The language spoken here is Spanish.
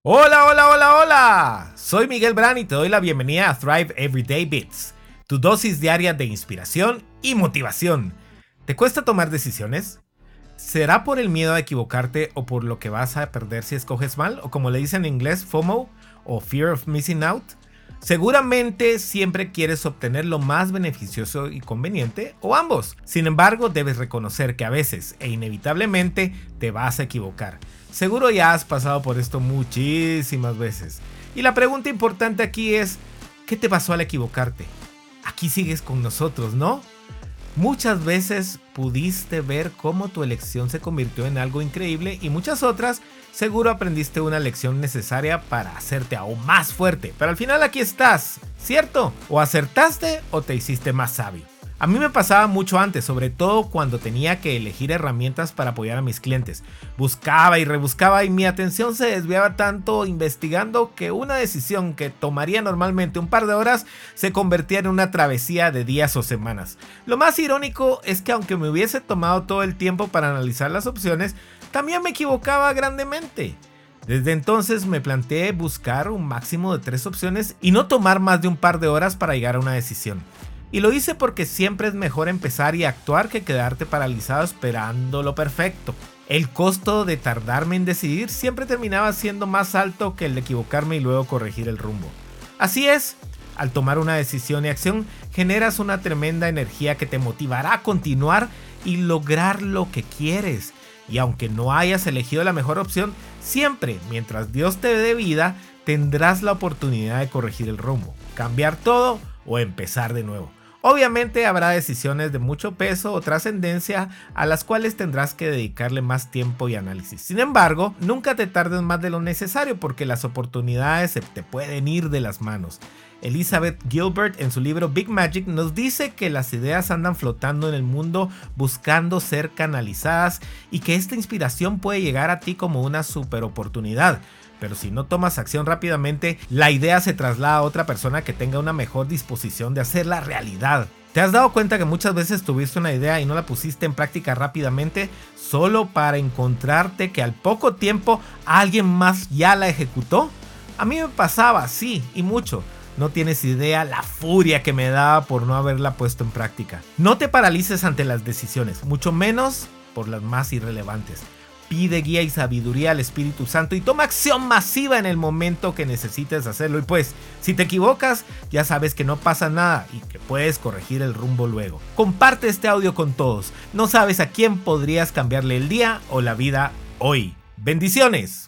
Hola, hola, hola, hola. Soy Miguel Brand y te doy la bienvenida a Thrive Everyday Bits, tu dosis diaria de inspiración y motivación. ¿Te cuesta tomar decisiones? ¿Será por el miedo a equivocarte o por lo que vas a perder si escoges mal? O como le dicen en inglés, FOMO o Fear of Missing Out. Seguramente siempre quieres obtener lo más beneficioso y conveniente, o ambos. Sin embargo, debes reconocer que a veces e inevitablemente te vas a equivocar. Seguro ya has pasado por esto muchísimas veces. Y la pregunta importante aquí es, ¿qué te pasó al equivocarte? Aquí sigues con nosotros, ¿no? Muchas veces pudiste ver cómo tu elección se convirtió en algo increíble y muchas otras seguro aprendiste una lección necesaria para hacerte aún más fuerte. Pero al final aquí estás, ¿cierto? O acertaste o te hiciste más sabio. A mí me pasaba mucho antes, sobre todo cuando tenía que elegir herramientas para apoyar a mis clientes. Buscaba y rebuscaba y mi atención se desviaba tanto investigando que una decisión que tomaría normalmente un par de horas se convertía en una travesía de días o semanas. Lo más irónico es que aunque me hubiese tomado todo el tiempo para analizar las opciones, también me equivocaba grandemente. Desde entonces me planteé buscar un máximo de 3 opciones y no tomar más de un par de horas para llegar a una decisión. Y lo hice porque siempre es mejor empezar y actuar que quedarte paralizado esperando lo perfecto. El costo de tardarme en decidir siempre terminaba siendo más alto que el de equivocarme y luego corregir el rumbo. Así es, al tomar una decisión y acción generas una tremenda energía que te motivará a continuar y lograr lo que quieres. Y aunque no hayas elegido la mejor opción, siempre, mientras Dios te dé vida, tendrás la oportunidad de corregir el rumbo, cambiar todo o empezar de nuevo. Obviamente habrá decisiones de mucho peso o trascendencia a las cuales tendrás que dedicarle más tiempo y análisis. Sin embargo, nunca te tardes más de lo necesario porque las oportunidades se te pueden ir de las manos. Elizabeth Gilbert en su libro Big Magic nos dice que las ideas andan flotando en el mundo buscando ser canalizadas y que esta inspiración puede llegar a ti como una super oportunidad. Pero si no tomas acción rápidamente, la idea se traslada a otra persona que tenga una mejor disposición de hacerla realidad. ¿Te has dado cuenta que muchas veces tuviste una idea y no la pusiste en práctica rápidamente solo para encontrarte que al poco tiempo alguien más ya la ejecutó? A mí me pasaba así y mucho. No tienes idea la furia que me daba por no haberla puesto en práctica. No te paralices ante las decisiones, mucho menos por las más irrelevantes. Pide guía y sabiduría al Espíritu Santo y toma acción masiva en el momento que necesites hacerlo. Y pues, si te equivocas, ya sabes que no pasa nada y que puedes corregir el rumbo luego. Comparte este audio con todos. No sabes a quién podrías cambiarle el día o la vida hoy. ¡Bendiciones!